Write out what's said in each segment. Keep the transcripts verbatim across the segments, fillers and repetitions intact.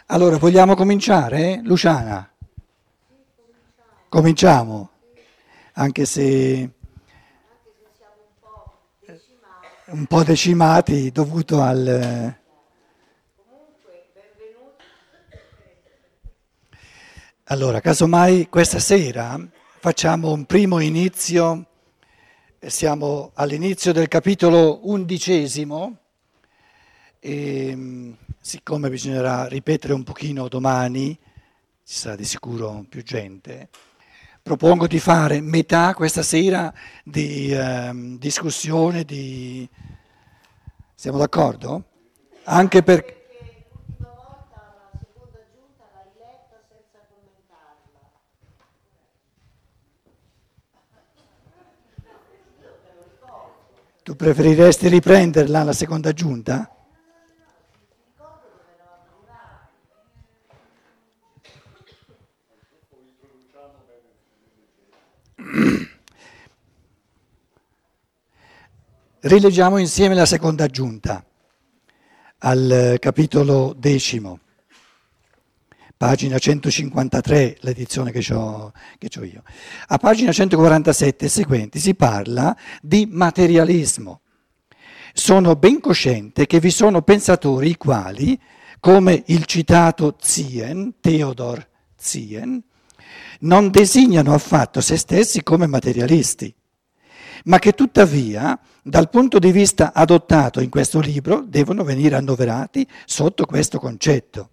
Allora, vogliamo cominciare? Luciana, cominciamo, anche se un po' decimati dovuto al... Allora, casomai questa sera facciamo un primo inizio, siamo all'inizio del capitolo undicesimo e siccome bisognerà ripetere un pochino domani, ci sarà di sicuro più gente, propongo di fare metà questa sera di ehm, discussione, di... Siamo d'accordo? Anche per... Tu preferiresti riprenderla la seconda giunta? Rileggiamo insieme la seconda giunta al capitolo decimo, pagina centocinquantatré, l'edizione che ho che c'ho io. A pagina centoquarantasette e seguenti si parla di materialismo. Sono ben cosciente che vi sono pensatori i quali, come il citato Zien, Theodor Zien, non designano affatto se stessi come materialisti, ma che tuttavia, dal punto di vista adottato in questo libro, devono venire annoverati sotto questo concetto.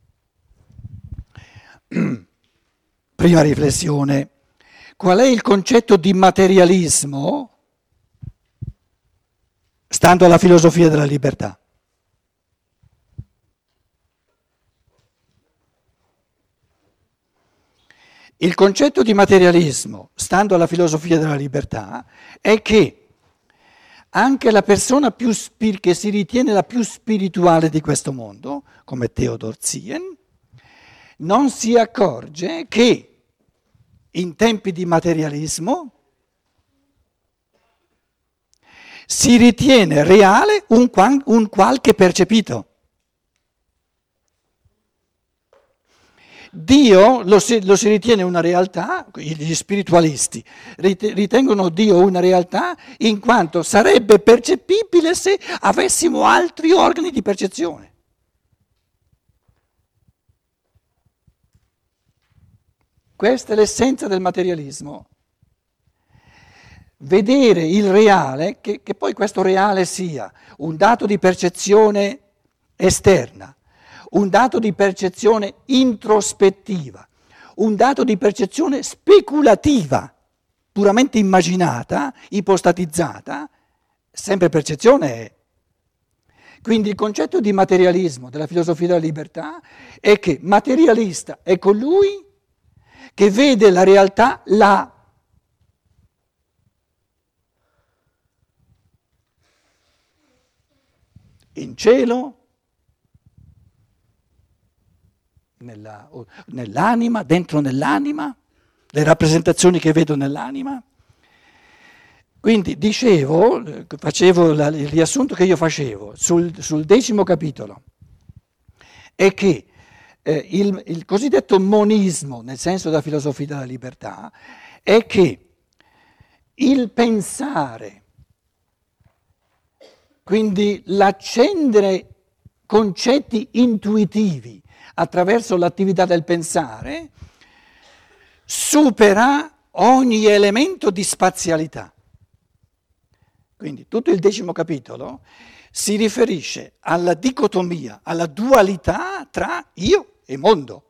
Prima riflessione: qual è il concetto di materialismo stando alla filosofia della libertà? Il concetto di materialismo, stando alla filosofia della libertà, è che anche la persona più spir- che si ritiene la più spirituale di questo mondo, come Theodor Zien, non si accorge che in tempi di materialismo si ritiene reale un, qual- un qualche percepito. Dio lo si, lo si ritiene una realtà, gli spiritualisti ritengono Dio una realtà in quanto sarebbe percepibile se avessimo altri organi di percezione. Questa è l'essenza del materialismo. Vedere il reale, che, che poi questo reale sia un dato di percezione esterna, un dato di percezione introspettiva, un dato di percezione speculativa, puramente immaginata, ipostatizzata, sempre percezione è. Quindi il concetto di materialismo della filosofia della libertà è che materialista è colui che vede la realtà là. In cielo, nella, nell'anima, dentro nell'anima, le rappresentazioni che vedo nell'anima. Quindi dicevo, facevo la, il riassunto che io facevo sul, sul decimo capitolo, è che eh, il, il cosiddetto monismo, nel senso della filosofia della libertà, è che il pensare, quindi l'accendere concetti intuitivi attraverso l'attività del pensare, supera ogni elemento di spazialità. Quindi tutto il decimo capitolo si riferisce alla dicotomia, alla dualità tra io e mondo.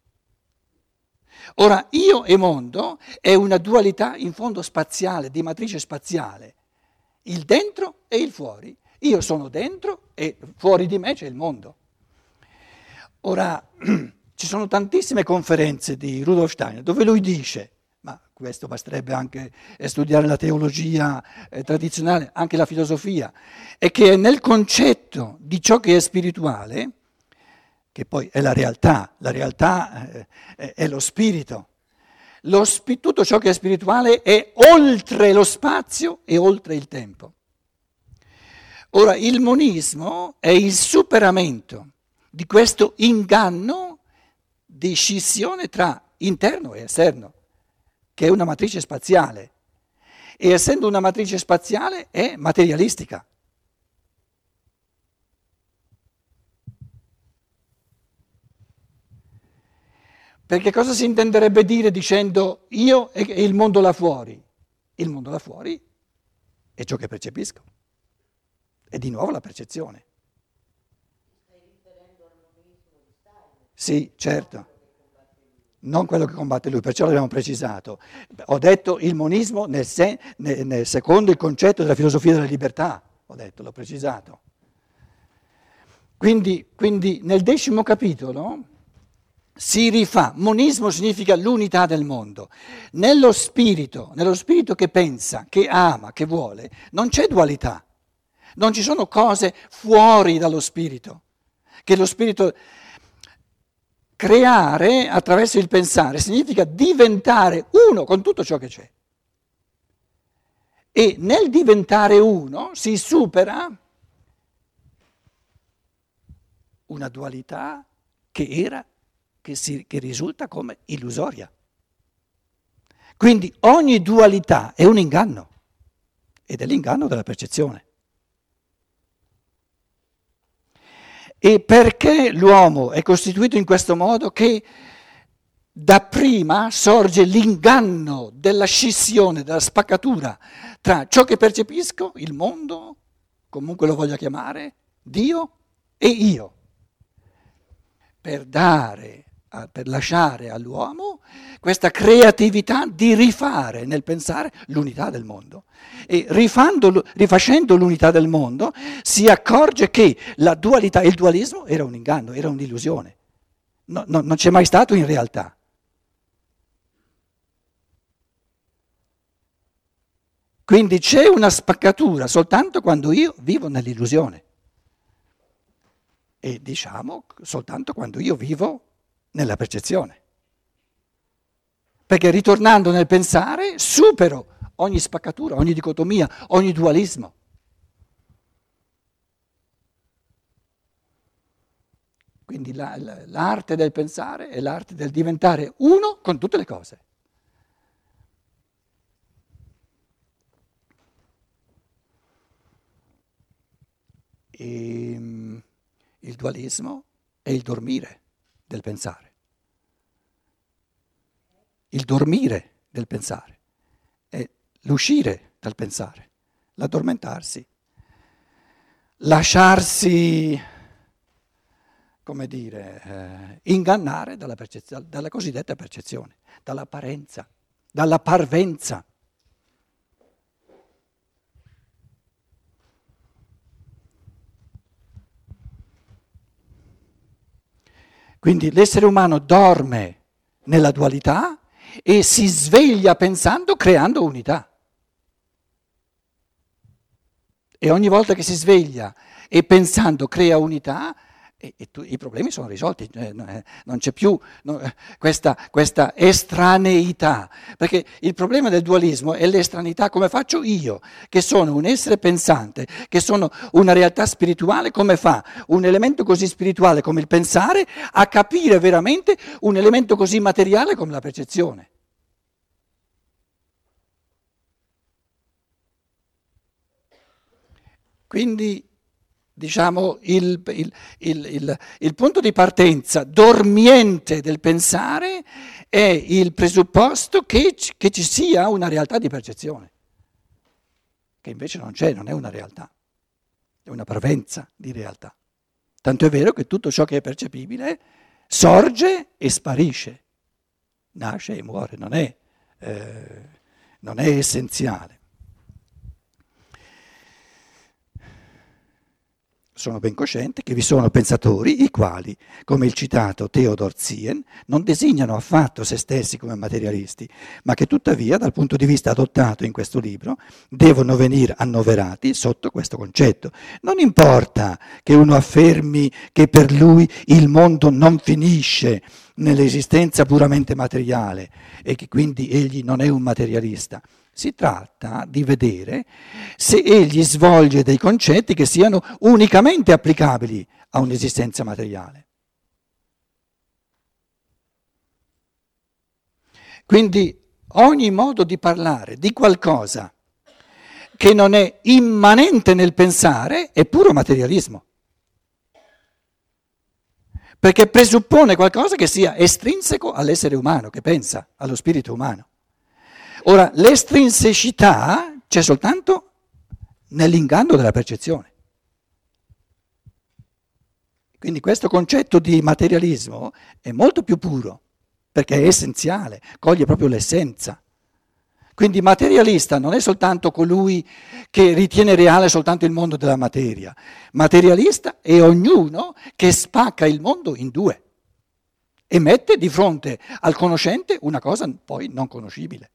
Ora, io e mondo è una dualità in fondo spaziale, di matrice spaziale. Il dentro e il fuori. Io sono dentro e fuori di me c'è il mondo. Ora, ci sono tantissime conferenze di Rudolf Steiner dove lui dice, ma questo basterebbe anche studiare la teologia eh, tradizionale, anche la filosofia, è che nel concetto di ciò che è spirituale, che poi è la realtà, la realtà eh, è lo spirito, lo spi- tutto ciò che è spirituale è oltre lo spazio e oltre il tempo. Ora, il monismo è il superamento di questo inganno di scissione tra interno e esterno, che è una matrice spaziale, e essendo una matrice spaziale è materialistica. Perché cosa si intenderebbe dire dicendo io e il mondo là fuori? Il mondo là fuori è ciò che percepisco. È di nuovo la percezione. Stai riferendo al monismo di Steiner? Sì, certo. Non quello che combatte lui, perciò l'abbiamo precisato. Ho detto il monismo nel, sen- nel, nel secondo il concetto della filosofia della libertà, ho detto, l'ho precisato. Quindi, quindi nel decimo capitolo si rifà, monismo significa l'unità del mondo. Nello spirito, nello spirito che pensa, che ama, che vuole, non c'è dualità, non ci sono cose fuori dallo spirito, che lo spirito... Creare attraverso il pensare significa diventare uno con tutto ciò che c'è. E nel diventare uno si supera una dualità che era, che, si, che risulta come illusoria. Quindi ogni dualità è un inganno, ed è l'inganno della percezione. E perché l'uomo è costituito in questo modo che dapprima sorge l'inganno della scissione, della spaccatura tra ciò che percepisco, il mondo, comunque lo voglia chiamare, Dio e io, per dare, per lasciare all'uomo questa creatività di rifare nel pensare l'unità del mondo. E rifando, rifacendo l'unità del mondo si accorge che la dualità, il dualismo era un inganno, era un'illusione, no, no, non c'è mai stato in realtà. Quindi c'è una spaccatura soltanto quando io vivo nell'illusione e diciamo soltanto quando io vivo nella percezione. Perché ritornando nel pensare supero ogni spaccatura, ogni dicotomia, ogni dualismo. Quindi la, la, l'arte del pensare è l'arte del diventare uno con tutte le cose. E, il dualismo è il dormire del pensare. Il dormire del pensare è l'uscire dal pensare, l'addormentarsi, lasciarsi, come dire, eh, ingannare dalla, percezio- dalla cosiddetta percezione, dall'apparenza, dalla parvenza. Quindi l'essere umano dorme nella dualità e si sveglia pensando, creando unità. E ogni volta che si sveglia e pensando crea unità, e, e tu, i problemi sono risolti, eh, non c'è più no, questa, questa estraneità, perché il problema del dualismo è l'estraneità, come faccio io, che sono un essere pensante, che sono una realtà spirituale, come fa un elemento così spirituale come il pensare a capire veramente un elemento così materiale come la percezione. Quindi diciamo, il, il, il, il, il punto di partenza dormiente del pensare è il presupposto che, che ci sia una realtà di percezione, che invece non c'è, non è una realtà, è una parvenza di realtà. Tanto è vero che tutto ciò che è percepibile sorge e sparisce, nasce e muore, non è, eh, non è essenziale. Sono ben cosciente che vi sono pensatori i quali, come il citato Theodor Ziehen, non designano affatto se stessi come materialisti, ma che tuttavia, dal punto di vista adottato in questo libro, devono venire annoverati sotto questo concetto. Non importa che uno affermi che per lui il mondo non finisce nell'esistenza puramente materiale e che quindi egli non è un materialista. Si tratta di vedere se egli svolge dei concetti che siano unicamente applicabili a un'esistenza materiale. Quindi ogni modo di parlare di qualcosa che non è immanente nel pensare è puro materialismo, perché presuppone qualcosa che sia estrinseco all'essere umano, che pensa, allo spirito umano. Ora, l'estrinsecità c'è soltanto nell'inganno della percezione. Quindi questo concetto di materialismo è molto più puro, perché è essenziale, coglie proprio l'essenza. Quindi materialista non è soltanto colui che ritiene reale soltanto il mondo della materia. Materialista è ognuno che spacca il mondo in due e mette di fronte al conoscente una cosa poi non conoscibile,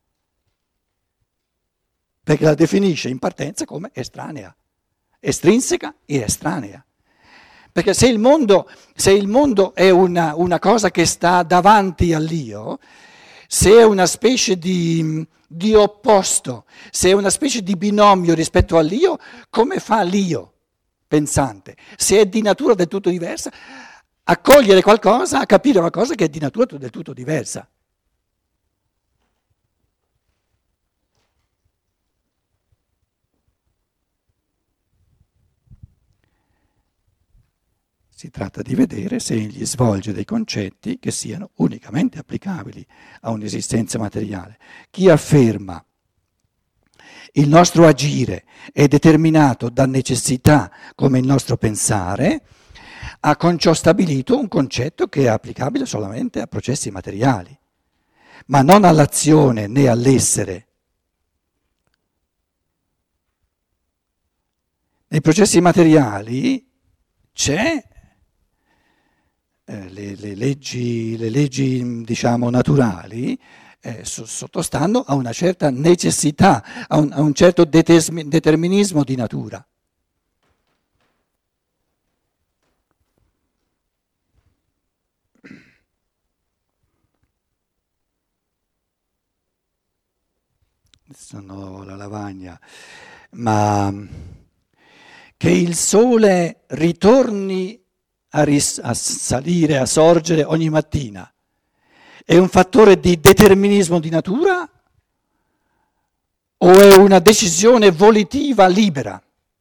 perché la definisce in partenza come estranea, estrinseca e estranea. Perché se il mondo, se il mondo è una, una cosa che sta davanti all'io, se è una specie di, di opposto, se è una specie di binomio rispetto all'io, come fa l'io pensante? Se è di natura del tutto diversa, a cogliere qualcosa, a capire qualcosa che è di natura del tutto diversa. Si tratta di vedere se egli svolge dei concetti che siano unicamente applicabili a un'esistenza materiale. Chi afferma il nostro agire è determinato da necessità come il nostro pensare, ha con ciò stabilito un concetto che è applicabile solamente a processi materiali, ma non all'azione né all'essere. Nei processi materiali c'è Eh, le, le leggi, le leggi diciamo naturali eh, so, sottostanno a una certa necessità, a un, a un certo detes- determinismo di natura. Sono la lavagna, ma che il sole ritorni A, ris- a salire, a sorgere ogni mattina, è un fattore di determinismo di natura o è una decisione volitiva libera?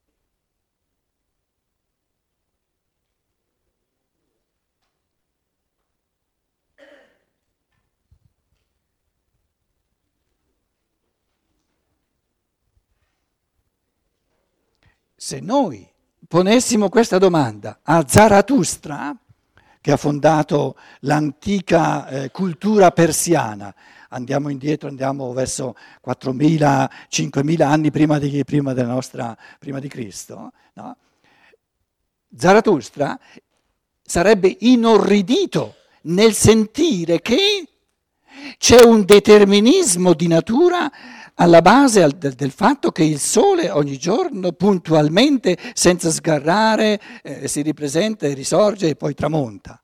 Se noi ponessimo questa domanda a Zarathustra, che ha fondato l'antica eh, cultura persiana, andiamo indietro, andiamo verso quattromila cinquemila anni prima di, prima della nostra, prima di Cristo, no? Zarathustra sarebbe inorridito nel sentire che c'è un determinismo di natura alla base del, del fatto che il sole ogni giorno puntualmente, senza sgarrare, eh, si ripresenta e risorge e poi tramonta.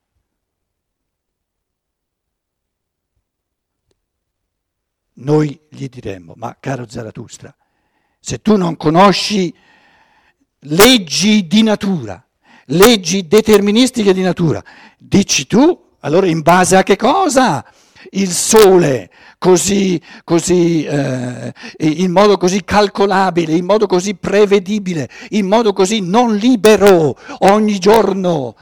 Noi gli diremmo, ma caro Zarathustra, se tu non conosci leggi di natura, leggi deterministiche di natura, dici tu, allora in base a che cosa il sole così, così eh, in modo così calcolabile, in modo così prevedibile, in modo così non libero ogni giorno?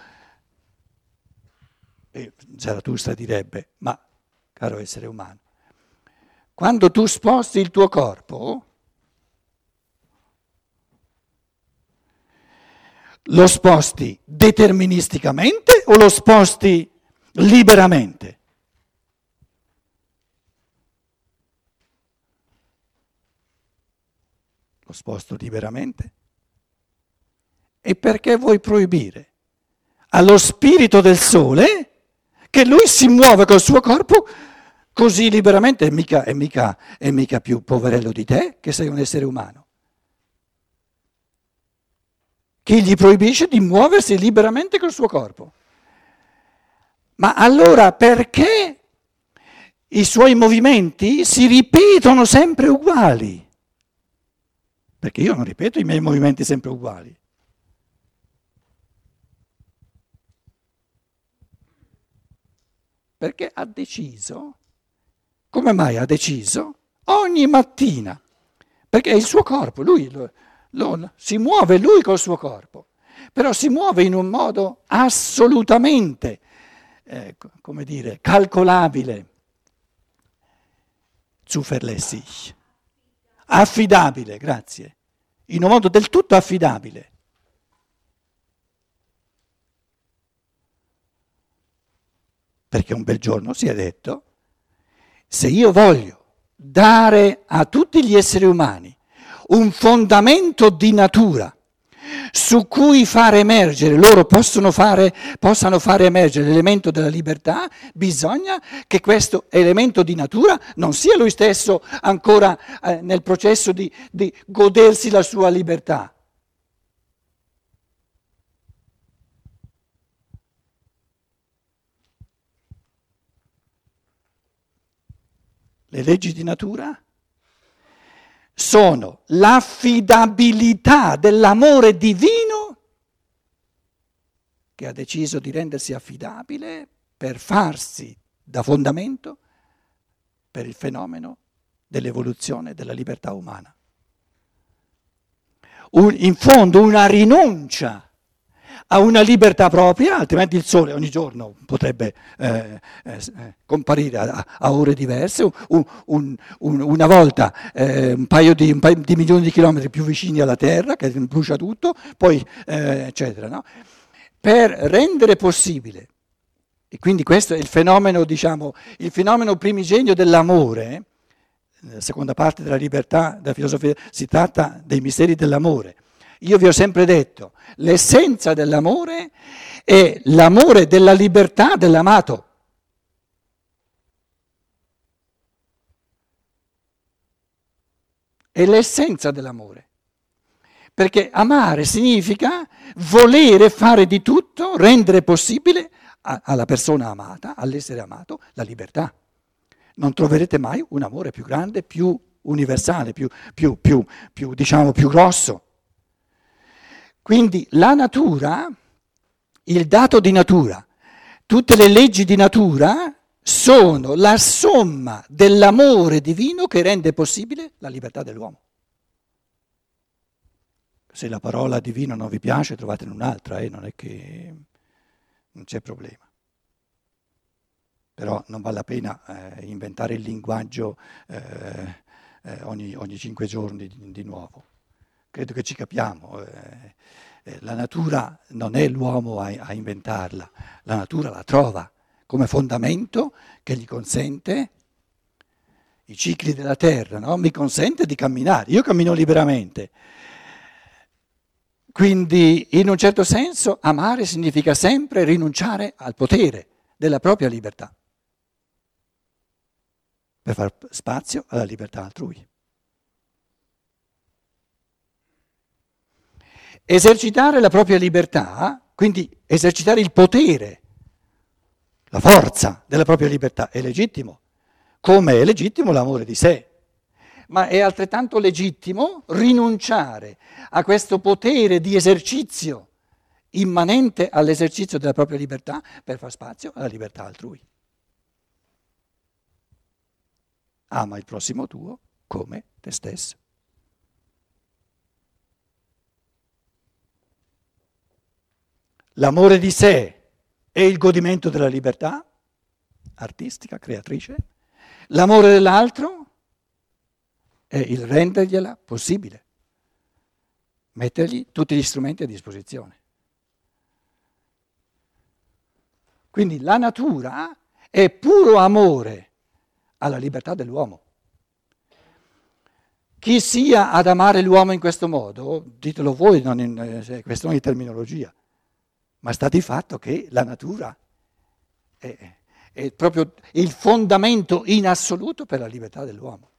E Zarathustra direbbe, ma caro essere umano, quando tu sposti il tuo corpo, lo sposti deterministicamente o lo sposti liberamente? Lo sposto liberamente. E perché vuoi proibire allo spirito del sole che lui si muove col suo corpo così liberamente? E mica, è mica, è mica più poverello di te che sei un essere umano. Chi gli proibisce di muoversi liberamente col suo corpo? Ma allora perché i suoi movimenti si ripetono sempre uguali? Perché io non ripeto i miei movimenti sempre uguali. Perché ha deciso come mai ha deciso ogni mattina, perché è il suo corpo, lui lo, lo, si muove lui col suo corpo, però si muove in un modo assolutamente, eh, come dire, calcolabile, zuverlässig, affidabile, grazie, in un modo del tutto affidabile. Perché un bel giorno si è detto, se io voglio dare a tutti gli esseri umani un fondamento di natura su cui far emergere, loro possono fare, possano fare emergere l'elemento della libertà, bisogna che questo elemento di natura non sia lui stesso ancora eh, nel processo di, di godersi la sua libertà. Le leggi di natura sono l'affidabilità dell'amore divino che ha deciso di rendersi affidabile per farsi da fondamento per il fenomeno dell'evoluzione della libertà umana. Un, in fondo una rinuncia a una libertà propria, altrimenti il sole ogni giorno potrebbe eh, eh, comparire a, a ore diverse, un, un, un, una volta eh, un, paio di, un paio di milioni di chilometri più vicini alla Terra, che brucia tutto, poi eh, eccetera, no? Per rendere possibile, e quindi questo è il fenomeno, diciamo, il fenomeno primigenio dell'amore, nella seconda parte della libertà, della filosofia, si tratta dei misteri dell'amore. Io vi ho sempre detto, l'essenza dell'amore è l'amore della libertà dell'amato. È l'essenza dell'amore. Perché amare significa volere fare di tutto, rendere possibile alla persona amata, all'essere amato, la libertà. Non troverete mai un amore più grande, più universale, più, più, più, più diciamo, più grosso. Quindi la natura, il dato di natura, tutte le leggi di natura sono la somma dell'amore divino che rende possibile la libertà dell'uomo. Se la parola divino non vi piace, trovatene un'altra, eh? Non è che non c'è problema. Però non vale la pena eh, inventare il linguaggio eh, eh, ogni, ogni cinque giorni di, di nuovo. Credo che ci capiamo. Eh, eh, la natura non è l'uomo a, a inventarla, la natura la trova come fondamento che gli consente i cicli della terra, no? Mi consente di camminare, io cammino liberamente. Quindi in un certo senso amare significa sempre rinunciare al potere della propria libertà per far spazio alla libertà altrui. Esercitare la propria libertà, quindi esercitare il potere, la forza della propria libertà è legittimo, come è legittimo l'amore di sé. Ma è altrettanto legittimo rinunciare a questo potere di esercizio immanente all'esercizio della propria libertà per far spazio alla libertà altrui. Ama il prossimo tuo come te stesso. L'amore di sé è il godimento della libertà artistica, creatrice. L'amore dell'altro è il rendergliela possibile, mettergli tutti gli strumenti a disposizione. Quindi la natura è puro amore alla libertà dell'uomo. Chi sia ad amare l'uomo in questo modo, ditelo voi, non in, è questione di terminologia, ma sta di fatto che la natura è, è proprio il fondamento in assoluto per la libertà dell'uomo.